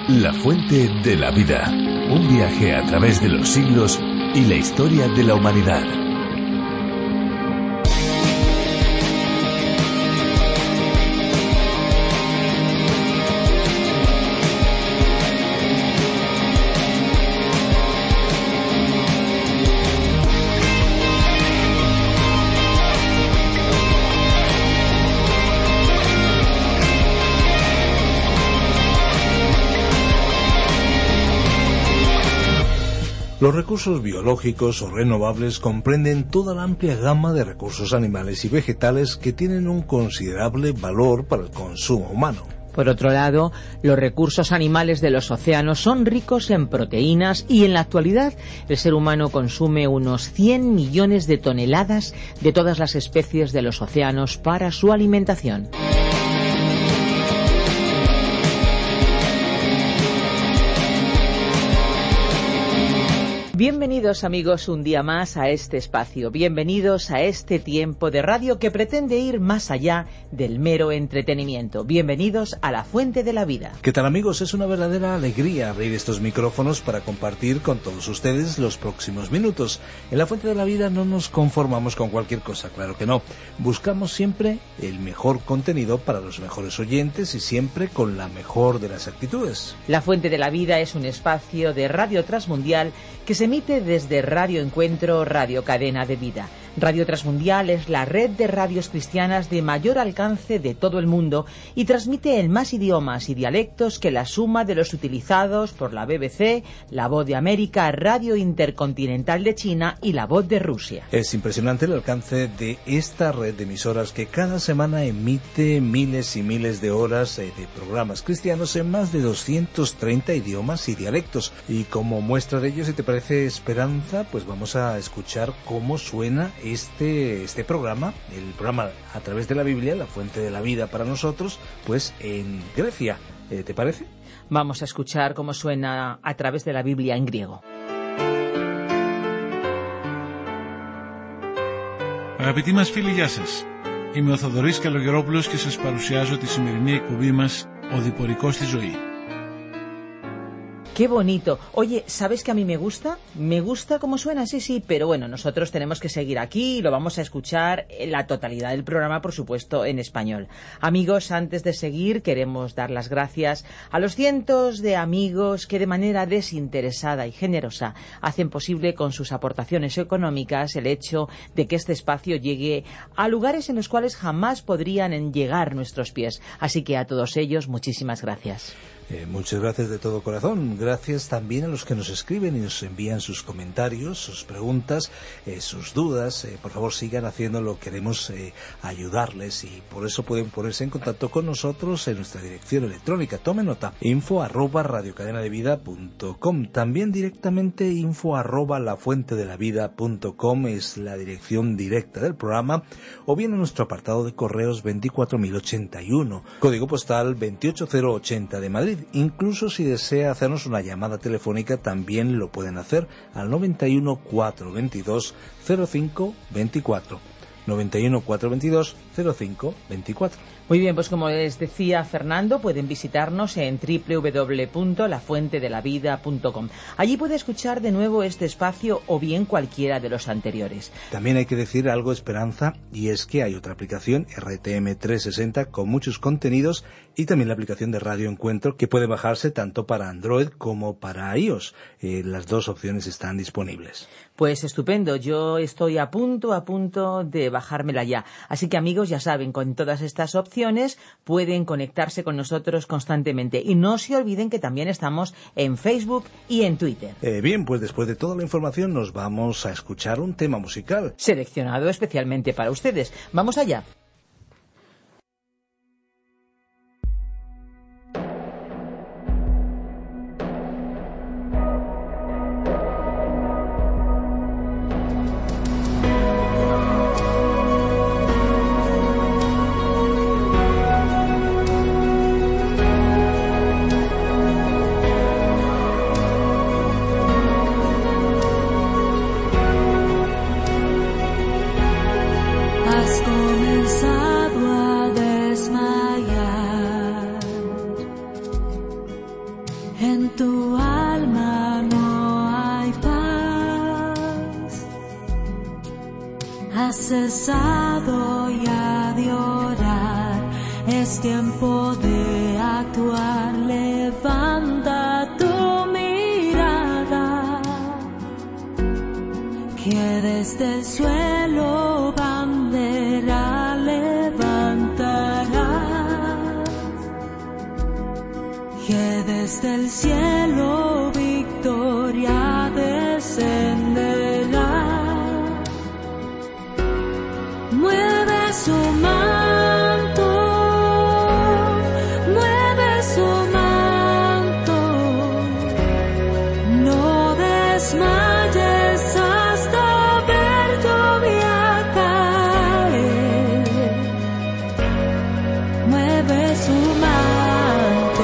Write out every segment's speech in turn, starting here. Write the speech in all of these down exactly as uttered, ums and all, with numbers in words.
La fuente de la vida. Un viaje a través de los siglos y la historia de la humanidad. Los recursos biológicos o renovables comprenden toda la amplia gama de recursos animales y vegetales que tienen un considerable valor para el consumo humano. Por otro lado, los recursos animales de los océanos son ricos en proteínas y en la actualidad el ser humano consume unos cien millones de toneladas de todas las especies de los océanos para su alimentación. Bienvenidos amigos un día más a este espacio, bienvenidos a este tiempo de radio que pretende ir más allá del mero entretenimiento. Bienvenidos a La Fuente de la Vida. ¿Qué tal amigos? Es una verdadera alegría abrir estos micrófonos para compartir con todos ustedes los próximos minutos. En La Fuente de la Vida no nos conformamos con cualquier cosa, claro que no. Buscamos siempre el mejor contenido para los mejores oyentes y siempre con la mejor de las actitudes. La Fuente de la Vida es un espacio de Radio Transmundial que se emite desde Radio Encuentro, Radio Cadena de Vida. Radio Transmundial es la red de radios cristianas de mayor alcance de todo el mundo y transmite en más idiomas y dialectos que la suma de los utilizados por la B B C, La Voz de América, Radio Intercontinental de China y La Voz de Rusia. Es impresionante el alcance de esta red de emisoras que cada semana emite miles y miles de horas de programas cristianos en más de doscientos treinta idiomas y dialectos. Y como muestra de ello, si te parece, Esperanza, pues vamos a escuchar cómo suena este este programa, el programa a través de la Biblia, La Fuente de la Vida para nosotros, pues en Grecia. Eh, ¿Te parece? Vamos a escuchar cómo suena a través de la Biblia en griego. Αγαπητοί μας φίλοι, γεια σας. Είμαι ο Θοδωρής Καλογερόπουλος και σας παρουσιάζω τη σημερινή εκπομπή μας «Ο Διπορικός στη ζωή». ¡Qué bonito! Oye, ¿sabes que a mí me gusta? Me gusta cómo suena, sí, sí, pero bueno, nosotros tenemos que seguir aquí y lo vamos a escuchar en la totalidad del programa, por supuesto, en español. Amigos, antes de seguir, queremos dar las gracias a los cientos de amigos que de manera desinteresada y generosa hacen posible con sus aportaciones económicas el hecho de que este espacio llegue a lugares en los cuales jamás podrían llegar nuestros pies. Así que a todos ellos, muchísimas gracias. Eh, muchas gracias de todo corazón. Gracias también a los que nos escriben y nos envían sus comentarios, sus preguntas, eh, sus dudas. Eh, por favor, sigan haciéndolo. Queremos eh, ayudarles y por eso pueden ponerse en contacto con nosotros en nuestra dirección electrónica. Tome nota: info arroba radiocadenadevida punto com. También directamente info arroba lafuentedelavida punto com es la dirección directa del programa, o bien en nuestro apartado de correos veinticuatro mil ochenta y uno, código postal veintiocho mil ochenta de Madrid. Incluso si desea hacernos una llamada telefónica, también lo pueden hacer al noventa y uno, cuatrocientos veintidós, cero cinco veinticuatro. noventa y uno, cuatrocientos veintidós, cero cinco veinticuatro. Muy bien, pues como les decía Fernando, pueden visitarnos en doble u doble u doble u punto la fuente de la vida punto com. Allí puede escuchar de nuevo este espacio o bien cualquiera de los anteriores. También hay que decir algo, Esperanza, y es que hay otra aplicación, R T M trescientos sesenta, con muchos contenidos, y también la aplicación de Radio Encuentro, que puede bajarse tanto para Android como para iOS. Eh, las dos opciones están disponibles. Pues estupendo, yo estoy a punto, a punto de bajármela ya. Así que amigos, ya saben, con todas estas opciones pueden conectarse con nosotros constantemente. Y no se olviden que también estamos en Facebook y en Twitter. Eh, bien, pues después de toda la información nos vamos a escuchar un tema musical seleccionado especialmente para ustedes. Vamos allá. Has comenzado Es tiempo de actuar, levanta tu mirada, que desde el suelo bandera levantará, que desde el cielo victoria descenderá. Mueve su manto, mueve su manto, no desmayes hasta ver lluvia caer. Mueve su manto.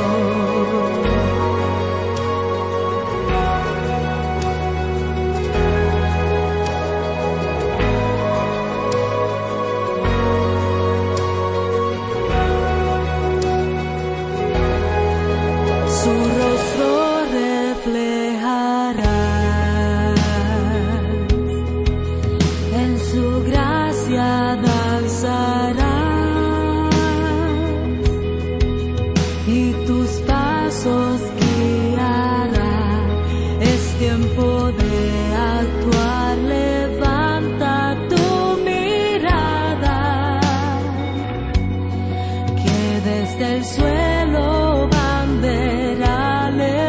Su rostro reflejarás, en su gracia danzarás, y tus pasos guiará. Es tiempo de actuar, levanta tu mirada, que desde el suelo bandera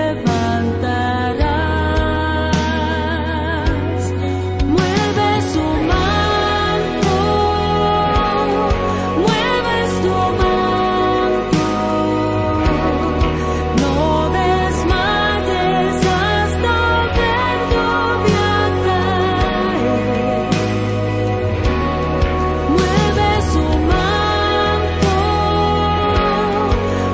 levantarás. Mueve su manto, mueves tu manto, no desmayes hasta ver lluvia caer. Mueve su manto,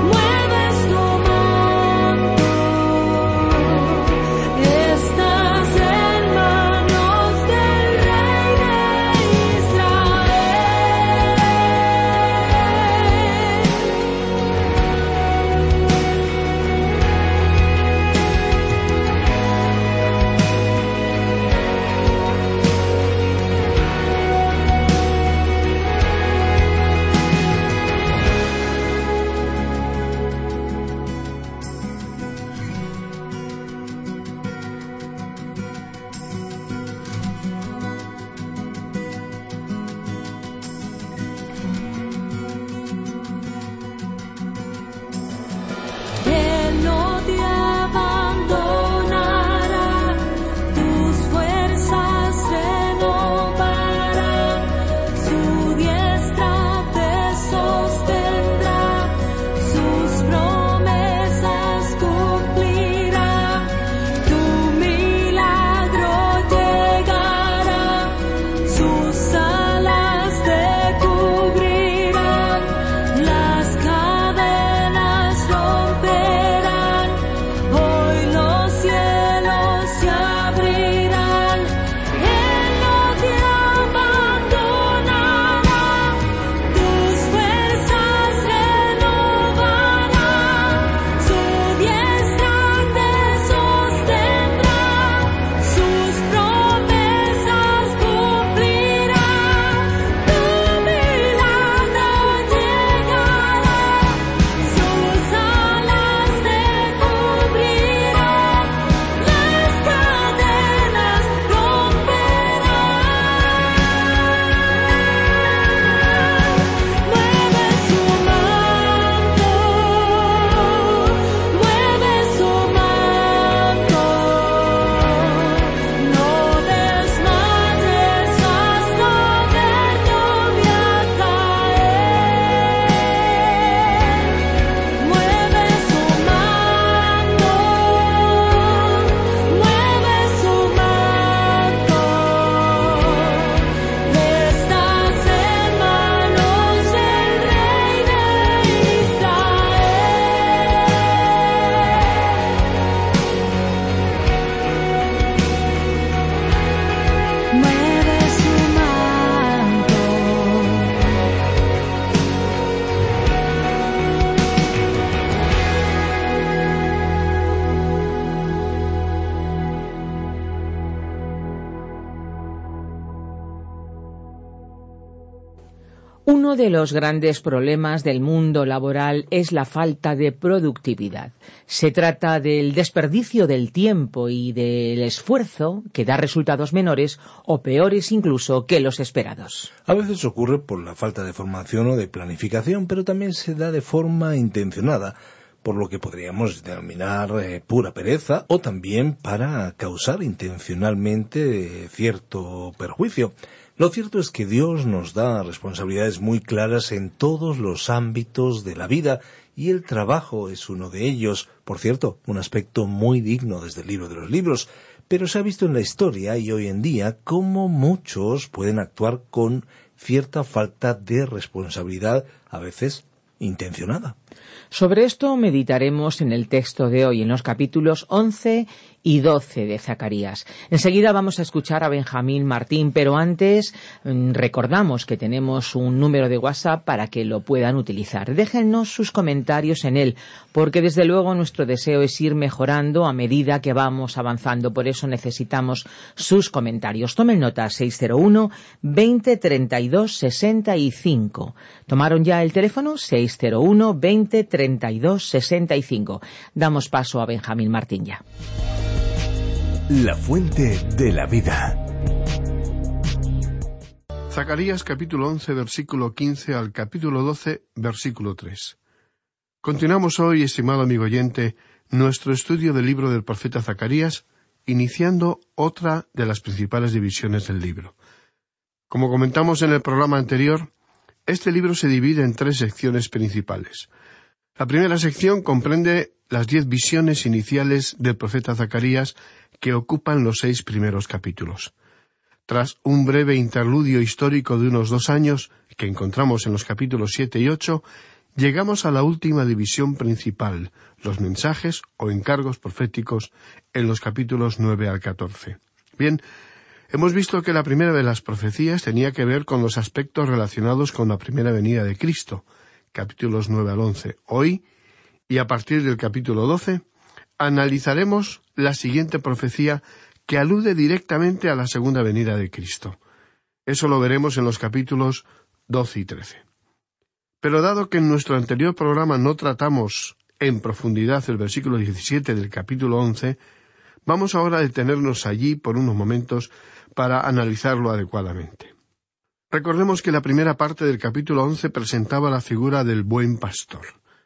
Uno de los grandes problemas del mundo laboral es la falta de productividad. Se trata del desperdicio del tiempo y del esfuerzo que da resultados menores o peores incluso que los esperados. A veces ocurre por la falta de formación o de planificación, pero también se da de forma intencionada, por lo que podríamos denominar eh, pura pereza, o también para causar intencionalmente eh, cierto perjuicio. Lo cierto es que Dios nos da responsabilidades muy claras en todos los ámbitos de la vida, y el trabajo es uno de ellos. Por cierto, un aspecto muy digno desde el libro de los libros, pero se ha visto en la historia y hoy en día cómo muchos pueden actuar con cierta falta de responsabilidad, a veces intencionada. Sobre esto meditaremos en el texto de hoy, en los capítulos once y doce de Zacarías. Enseguida vamos a escuchar a Benjamín Martín, pero antes recordamos que tenemos un número de WhatsApp para que lo puedan utilizar. Déjennos sus comentarios en él, porque desde luego nuestro deseo es ir mejorando a medida que vamos avanzando. Por eso necesitamos sus comentarios. Tomen nota: seis cero uno, veinte, treinta y dos, sesenta y cinco. ¿Tomaron ya el teléfono? seis cero uno, veinte, treinta y dos, sesenta y cinco. Damos paso a Benjamín Martín ya. La fuente de la vida. Zacarías capítulo once, versículo quince al capítulo doce, versículo tres. Continuamos hoy, estimado amigo oyente, nuestro estudio del libro del profeta Zacarías, iniciando otra de las principales divisiones del libro. Como comentamos en el programa anterior, este libro se divide en tres secciones principales. La primera sección comprende las diez visiones iniciales del profeta Zacarías que ocupan los seis primeros capítulos. Tras un breve interludio histórico de unos dos años, que encontramos en los capítulos siete y ocho, llegamos a la última división principal, los mensajes o encargos proféticos, en los capítulos nueve al catorce. Bien, hemos visto que la primera de las profecías tenía que ver con los aspectos relacionados con la primera venida de Cristo, capítulos nueve al once. Hoy, y a partir del capítulo doce, analizaremos la siguiente profecía que alude directamente a la segunda venida de Cristo. Eso lo veremos en los capítulos doce y trece. Pero dado que en nuestro anterior programa no tratamos en profundidad el versículo diecisiete del capítulo once, vamos ahora a detenernos allí por unos momentos para analizarlo adecuadamente. Recordemos que la primera parte del capítulo once presentaba la figura del buen pastor,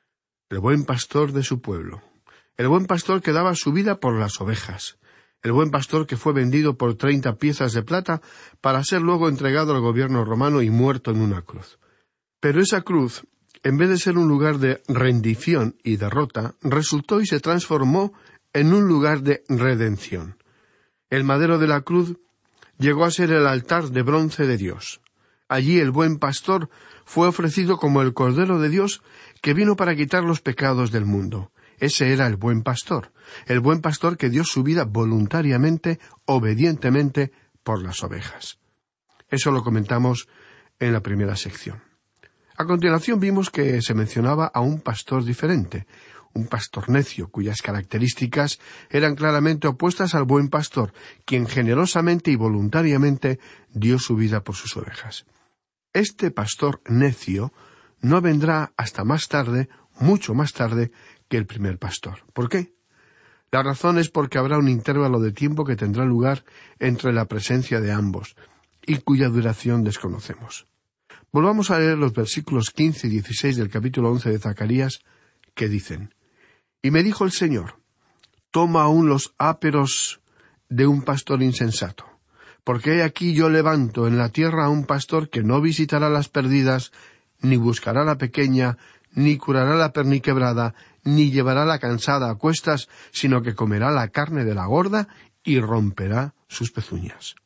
el buen pastor de su pueblo, el buen pastor que daba su vida por las ovejas, el buen pastor que fue vendido por treinta piezas de plata para ser luego entregado al gobierno romano y muerto en una cruz. Pero esa cruz, en vez de ser un lugar de rendición y derrota, resultó y se transformó en un lugar de redención. El madero de la cruz llegó a ser el altar de bronce de Dios. Allí el buen pastor fue ofrecido como el Cordero de Dios que vino para quitar los pecados del mundo. Ese era el buen pastor, el buen pastor que dio su vida voluntariamente, obedientemente, por las ovejas. Eso lo comentamos en la primera sección. A continuación vimos que se mencionaba a un pastor diferente, un pastor necio, cuyas características eran claramente opuestas al buen pastor, quien generosamente y voluntariamente dio su vida por sus ovejas. Este pastor necio no vendrá hasta más tarde, mucho más tarde, que el primer pastor. ¿Por qué? La razón es porque habrá un intervalo de tiempo que tendrá lugar entre la presencia de ambos, y cuya duración desconocemos. Volvamos a leer los versículos quince y dieciséis del capítulo once de Zacarías, que dicen: «Y me dijo el Señor, toma aún los áperos de un pastor insensato, porque he aquí yo levanto en la tierra a un pastor que no visitará las perdidas, ni buscará la pequeña, ni curará la perniquebrada, ni llevará la cansada a cuestas, sino que comerá la carne de la gorda y romperá sus pezuñas».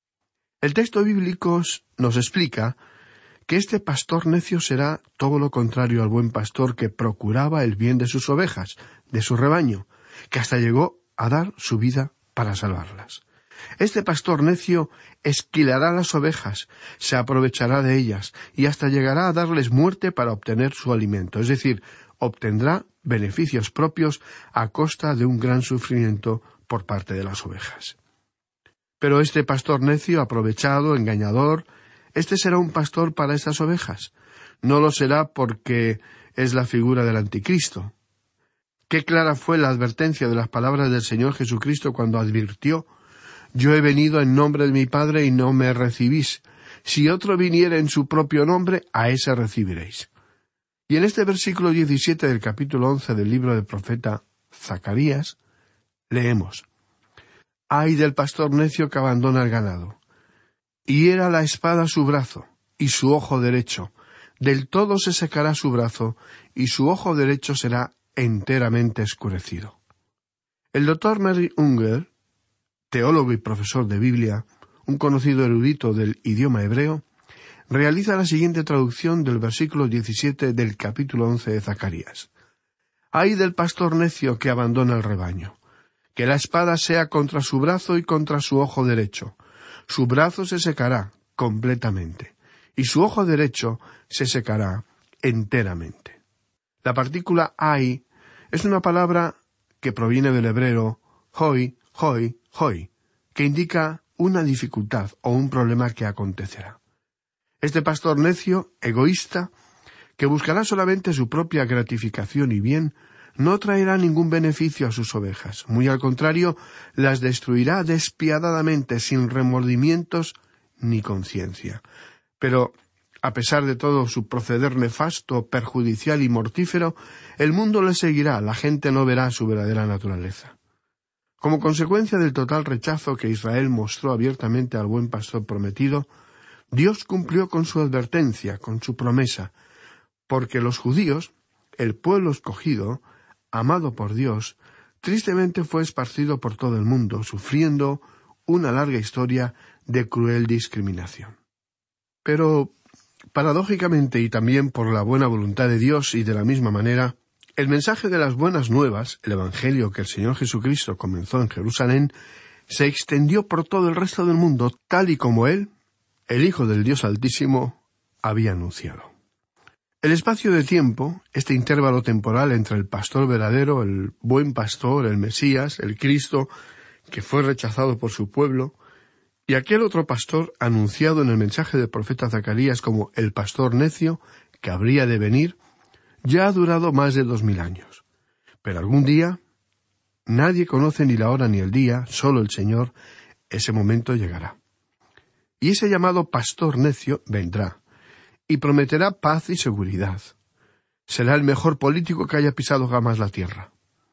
El texto bíblico nos explica que este pastor necio será todo lo contrario al buen pastor que procuraba el bien de sus ovejas, de su rebaño, que hasta llegó a dar su vida para salvarlas. Este pastor necio esquilará las ovejas, se aprovechará de ellas, y hasta llegará a darles muerte para obtener su alimento, es decir, obtendrá beneficios propios a costa de un gran sufrimiento por parte de las ovejas. Pero este pastor necio, aprovechado, engañador, Este será un pastor para estas ovejas. No lo será porque es la figura del anticristo. Qué clara fue la advertencia de las palabras del Señor Jesucristo cuando advirtió: «Yo he venido en nombre de mi Padre y no me recibís. Si otro viniera en su propio nombre, a ese recibiréis». Y en este versículo diecisiete del capítulo once del libro del profeta Zacarías, leemos: «Ay del pastor necio que abandona el ganado. Hiera la espada su brazo, y su ojo derecho. Del todo se secará su brazo, y su ojo derecho será enteramente escurecido». El doctor Mary Unger, teólogo y profesor de Biblia, un conocido erudito del idioma hebreo, realiza la siguiente traducción del versículo diecisiete del capítulo once de Zacarías. «Ay del pastor necio que abandona el rebaño. Que la espada sea contra su brazo y contra su ojo derecho. Su brazo se secará completamente, y su ojo derecho se secará enteramente». La partícula ay es una palabra que proviene del hebreo hoi, hoi, hoi, que indica una dificultad o un problema que acontecerá. Este pastor necio, egoísta, que buscará solamente su propia gratificación y bien, no traerá ningún beneficio a sus ovejas. Muy al contrario, las destruirá despiadadamente, sin remordimientos ni conciencia. Pero, a pesar de todo su proceder nefasto, perjudicial y mortífero, el mundo le seguirá, la gente no verá su verdadera naturaleza. Como consecuencia del total rechazo que Israel mostró abiertamente al buen pastor prometido, Dios cumplió con su advertencia, con su promesa, porque los judíos, el pueblo escogido, amado por Dios, tristemente fue esparcido por todo el mundo, sufriendo una larga historia de cruel discriminación. Pero, paradójicamente y también por la buena voluntad de Dios y de la misma manera, el mensaje de las buenas nuevas, el Evangelio que el Señor Jesucristo comenzó en Jerusalén, se extendió por todo el resto del mundo, tal y como Él, el Hijo del Dios Altísimo, había anunciado. El espacio de tiempo, este intervalo temporal entre el pastor verdadero, el buen pastor, el Mesías, el Cristo, que fue rechazado por su pueblo, y aquel otro pastor anunciado en el mensaje del profeta Zacarías como el pastor necio, que habría de venir, ya ha durado más de dos mil años. Pero algún día, nadie conoce ni la hora ni el día, solo el Señor, ese momento llegará. Y ese llamado pastor necio vendrá, y prometerá paz y seguridad. Será el mejor político que haya pisado jamás la tierra.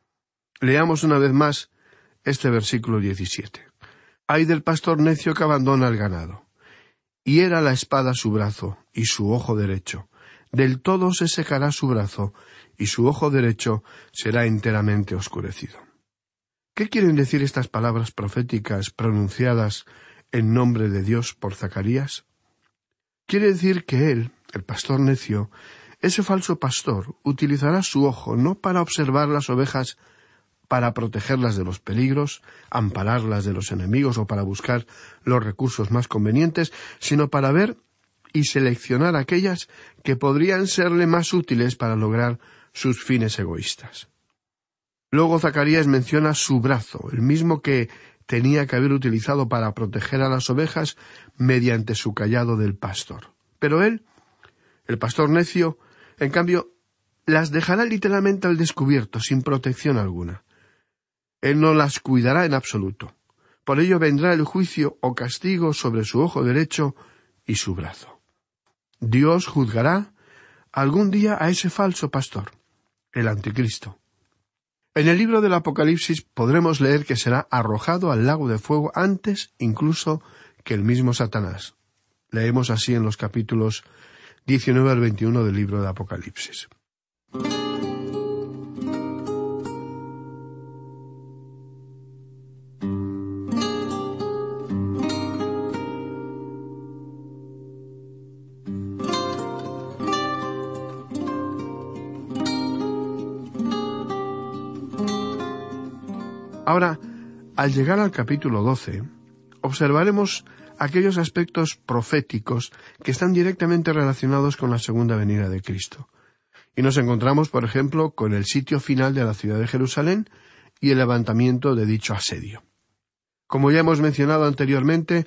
Leamos una vez más este versículo diecisiete. Ay del pastor necio que abandona el ganado. Hiera la espada su brazo y su ojo derecho. Del todo se secará su brazo, y su ojo derecho será enteramente oscurecido. ¿Qué quieren decir estas palabras proféticas pronunciadas en nombre de Dios por Zacarías? Quiere decir que él, el pastor necio, ese falso pastor, utilizará su ojo no para observar las ovejas, para protegerlas de los peligros, ampararlas de los enemigos o para buscar los recursos más convenientes, sino para ver y seleccionar aquellas que podrían serle más útiles para lograr sus fines egoístas. Luego Zacarías menciona su brazo, el mismo que tenía que haber utilizado para proteger a las ovejas mediante su cayado del pastor. Pero él, el pastor necio, en cambio, las dejará literalmente al descubierto, sin protección alguna. Él no las cuidará en absoluto. Por ello vendrá el juicio o castigo sobre su ojo derecho y su brazo. Dios juzgará algún día a ese falso pastor, el anticristo. En el libro del Apocalipsis podremos leer que será arrojado al lago de fuego antes incluso que el mismo Satanás. Leemos así en los capítulos diecinueve al veintiuno del libro de Apocalipsis. Ahora, al llegar al capítulo doce, observaremos aquellos aspectos proféticos que están directamente relacionados con la segunda venida de Cristo. Y nos encontramos, por ejemplo, con el sitio final de la ciudad de Jerusalén y el levantamiento de dicho asedio. Como ya hemos mencionado anteriormente,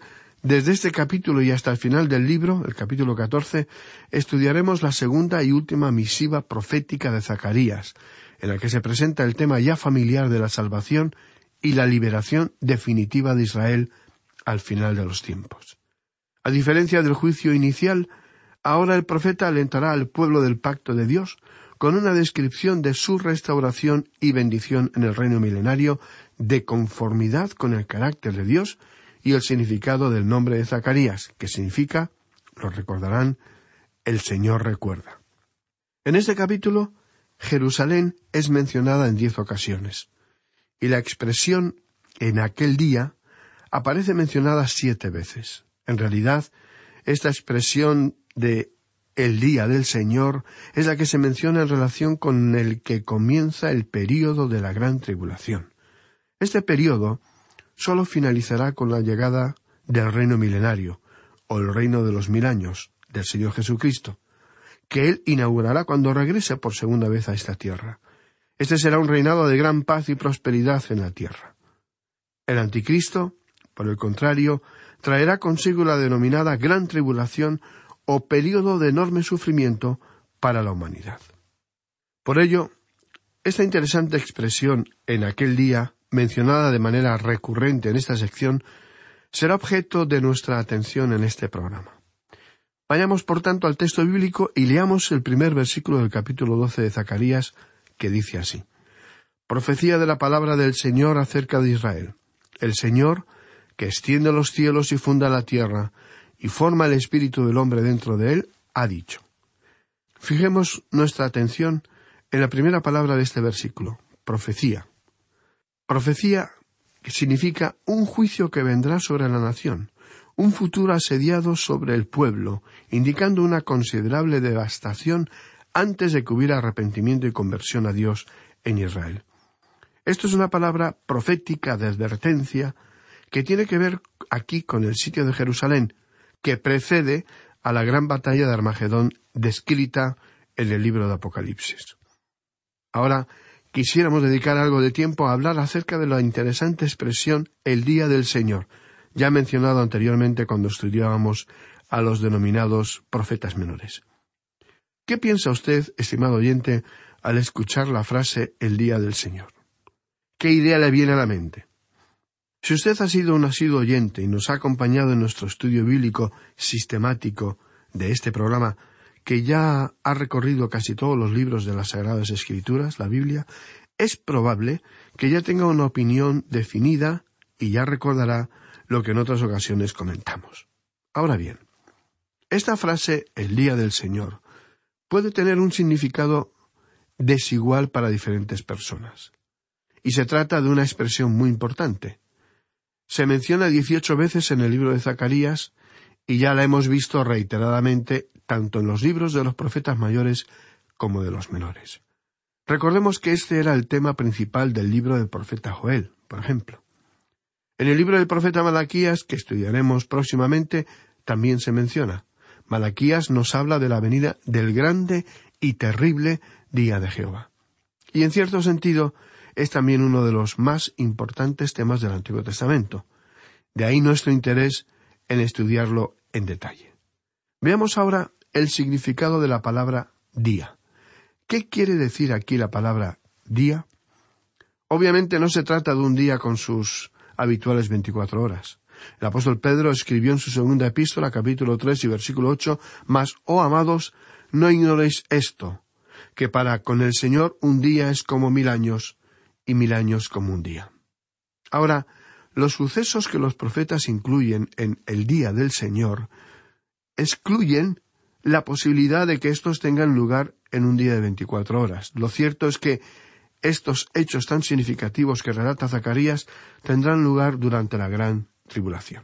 Desde este capítulo y hasta el final del libro, el capítulo catorce, estudiaremos la segunda y última misiva profética de Zacarías, en la que se presenta el tema ya familiar de la salvación y la liberación definitiva de Israel al final de los tiempos. A diferencia del juicio inicial, ahora el profeta alentará al pueblo del pacto de Dios con una descripción de su restauración y bendición en el reino milenario de conformidad con el carácter de Dios y el significado del nombre de Zacarías, que significa, lo recordarán, el Señor recuerda. En este capítulo, Jerusalén es mencionada en diez ocasiones, y la expresión en aquel día aparece mencionada siete veces. En realidad, esta expresión de el día del Señor es la que se menciona en relación con el que comienza el período de la gran tribulación. Este período solo finalizará con la llegada del reino milenario, o el reino de los mil años, del Señor Jesucristo, que Él inaugurará cuando regrese por segunda vez a esta tierra. Este será un reinado de gran paz y prosperidad en la tierra. El anticristo, por el contrario, traerá consigo la denominada gran tribulación o período de enorme sufrimiento para la humanidad. Por ello, esta interesante expresión en aquel día, mencionada de manera recurrente en esta sección, será objeto de nuestra atención en este programa. Vayamos, por tanto, al texto bíblico y leamos el primer versículo del capítulo doce de Zacarías, que dice así: Profecía de la palabra del Señor acerca de Israel. El Señor, que extiende los cielos y funda la tierra, y forma el espíritu del hombre dentro de él, ha dicho. Fijemos nuestra atención en la primera palabra de este versículo, profecía. Profecía que significa un juicio que vendrá sobre la nación, un futuro asediado sobre el pueblo, indicando una considerable devastación antes de que hubiera arrepentimiento y conversión a Dios en Israel. Esto es una palabra profética de advertencia que tiene que ver aquí con el sitio de Jerusalén, que precede a la gran batalla de Armagedón descrita en el libro de Apocalipsis. Ahora, quisiéramos dedicar algo de tiempo a hablar acerca de la interesante expresión el día del Señor, ya mencionado anteriormente cuando estudiábamos a los denominados profetas menores. ¿Qué piensa usted, estimado oyente, al escuchar la frase el día del Señor? ¿Qué idea le viene a la mente? Si usted ha sido un asiduo oyente y nos ha acompañado en nuestro estudio bíblico sistemático de este programa, que ya ha recorrido casi todos los libros de las Sagradas Escrituras, la Biblia, es probable que ya tenga una opinión definida y ya recordará lo que en otras ocasiones comentamos. Ahora bien, esta frase, el día del Señor, puede tener un significado desigual para diferentes personas. Y se trata de una expresión muy importante. Se menciona dieciocho veces en el libro de Zacarías y ya la hemos visto reiteradamente tanto en los libros de los profetas mayores como de los menores. Recordemos que este era el tema principal del libro del profeta Joel, por ejemplo. En el libro del profeta Malaquías, que estudiaremos próximamente, también se menciona. Malaquías nos habla de la venida del grande y terrible día de Jehová. Y en cierto sentido, es también uno de los más importantes temas del Antiguo Testamento. De ahí nuestro interés en estudiarlo en detalle. Veamos ahora el significado de la palabra día. ¿Qué quiere decir aquí la palabra día? Obviamente no se trata de un día con sus habituales veinticuatro horas. El apóstol Pedro escribió en su segunda epístola, capítulo tres y versículo ocho, «Mas, oh amados, no ignoréis esto, que para con el Señor un día es como mil años, y mil años como un día». Ahora, los sucesos que los profetas incluyen en el día del Señor excluyen la posibilidad de que estos tengan lugar en un día de veinticuatro horas. Lo cierto es que estos hechos tan significativos que relata Zacarías tendrán lugar durante la gran tribulación.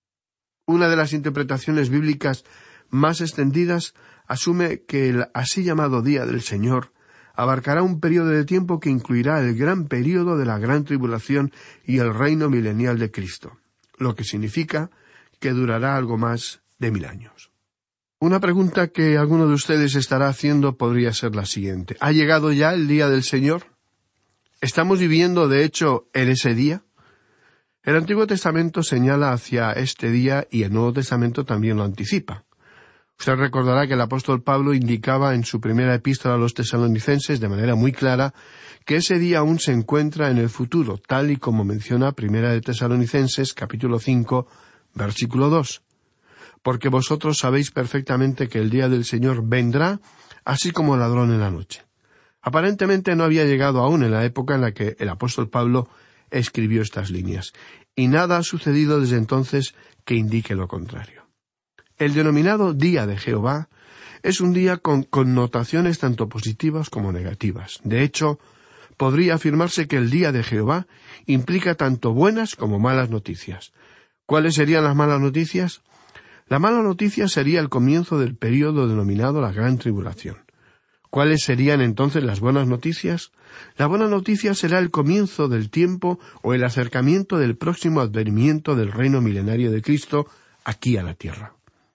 Una de las interpretaciones bíblicas más extendidas asume que el así llamado Día del Señor abarcará un periodo de tiempo que incluirá el gran periodo de la gran tribulación y el reino milenial de Cristo, lo que significa que durará algo más de mil años. Una pregunta que alguno de ustedes estará haciendo podría ser la siguiente: ¿ha llegado ya el Día del Señor? ¿Estamos viviendo, de hecho, en ese día? El Antiguo Testamento señala hacia este día y el Nuevo Testamento también lo anticipa. Usted recordará que el apóstol Pablo indicaba en su primera epístola a los tesalonicenses de manera muy clara que ese día aún se encuentra en el futuro, tal y como menciona Primera de Tesalonicenses, capítulo cinco, versículo dos. Porque vosotros sabéis perfectamente que el día del Señor vendrá, así como ladrón en la noche. Aparentemente no había llegado aún en la época en la que el apóstol Pablo escribió estas líneas, y nada ha sucedido desde entonces que indique lo contrario. El denominado Día de Jehová es un día con connotaciones tanto positivas como negativas. De hecho, podría afirmarse que el Día de Jehová implica tanto buenas como malas noticias. ¿Cuáles serían las malas noticias? La mala noticia sería el comienzo del período denominado la Gran Tribulación. ¿Cuáles serían entonces las buenas noticias? La buena noticia será el comienzo del tiempo o el acercamiento del próximo advenimiento del reino milenario de Cristo aquí a la tierra.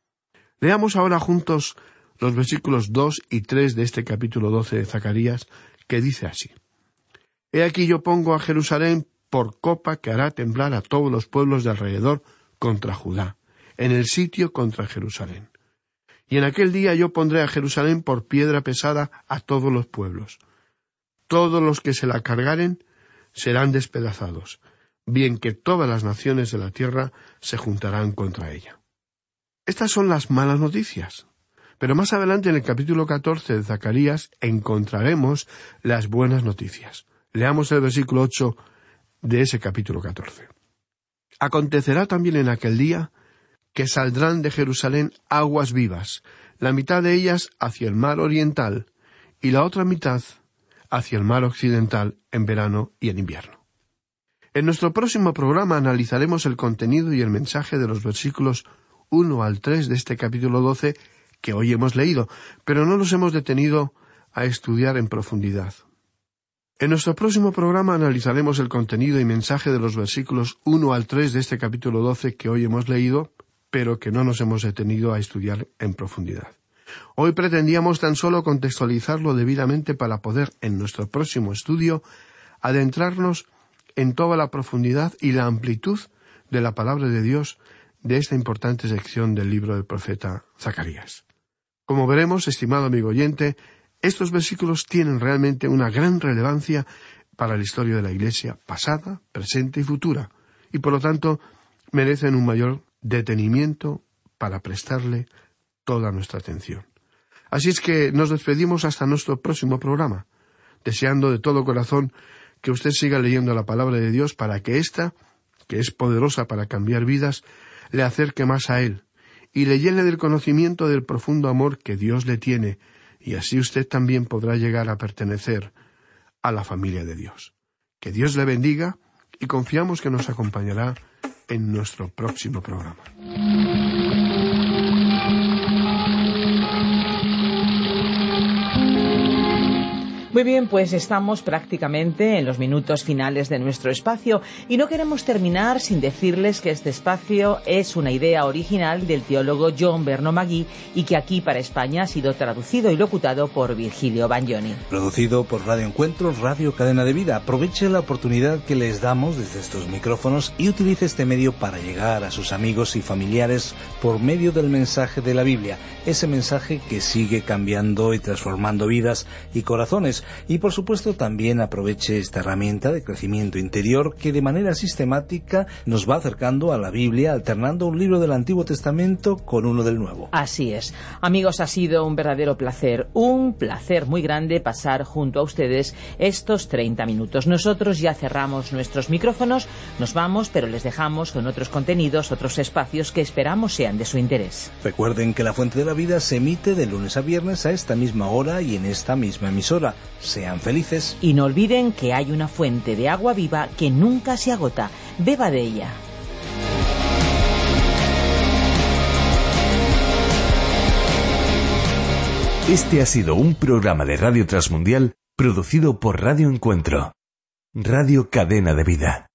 Leamos ahora juntos los versículos dos y tres de este capítulo doce de Zacarías, que dice así: He aquí yo pongo a Jerusalén por copa que hará temblar a todos los pueblos de alrededor contra Judá, en el sitio contra Jerusalén. Y en aquel día yo pondré a Jerusalén por piedra pesada a todos los pueblos. Todos los que se la cargaren serán despedazados, bien que todas las naciones de la tierra se juntarán contra ella. Estas son las malas noticias. Pero más adelante en el capítulo catorce de Zacarías encontraremos las buenas noticias. Leamos el versículo ocho de ese capítulo catorce. Acontecerá también en aquel día que saldrán de Jerusalén aguas vivas, la mitad de ellas hacia el mar oriental y la otra mitad hacia el mar occidental en verano y en invierno. En nuestro próximo programa analizaremos el contenido y el mensaje de los versículos uno al tres de este capítulo doce que hoy hemos leído, pero no nos hemos detenido a estudiar en profundidad. En nuestro próximo programa analizaremos el contenido y mensaje de los versículos uno al tres de este capítulo doce que hoy hemos leído, pero que no nos hemos detenido a estudiar en profundidad. Hoy pretendíamos tan solo contextualizarlo debidamente para poder, en nuestro próximo estudio, adentrarnos en toda la profundidad y la amplitud de la palabra de Dios de esta importante sección del libro del profeta Zacarías. Como veremos, estimado amigo oyente, estos versículos tienen realmente una gran relevancia para la historia de la Iglesia pasada, presente y futura, y por lo tanto merecen un mayor detenimiento para prestarle toda nuestra atención. Así es que nos despedimos hasta nuestro próximo programa, deseando de todo corazón que usted siga leyendo la palabra de Dios para que ésta, que es poderosa para cambiar vidas, le acerque más a Él y le llene del conocimiento del profundo amor que Dios le tiene, y así usted también podrá llegar a pertenecer a la familia de Dios. Que Dios le bendiga y confiamos que nos acompañará en nuestro próximo programa. Muy bien, pues estamos prácticamente en los minutos finales de nuestro espacio y no queremos terminar sin decirles que este espacio es una idea original del teólogo John Vernon Magee y que aquí para España ha sido traducido y locutado por Virgilio Bagnoni. Producido por Radio Encuentro, Radio Cadena de Vida. Aproveche la oportunidad que les damos desde estos micrófonos y utilice este medio para llegar a sus amigos y familiares por medio del mensaje de la Biblia. Ese mensaje que sigue cambiando y transformando vidas y corazones. Y por supuesto también aproveche esta herramienta de crecimiento interior que de manera sistemática nos va acercando a la Biblia, alternando un libro del Antiguo Testamento con uno del Nuevo. Así es. Amigos, ha sido un verdadero placer, un placer muy grande pasar junto a ustedes estos treinta minutos. Nosotros ya cerramos nuestros micrófonos, nos vamos, pero les dejamos con otros contenidos, otros espacios que esperamos sean de su interés. Recuerden que La Fuente de la Vida se emite de lunes a viernes a esta misma hora y en esta misma emisora. Sean felices. Y no olviden que hay una fuente de agua viva que nunca se agota. Beba de ella. Este ha sido un programa de Radio Transmundial producido por Radio Encuentro, Radio Cadena de Vida.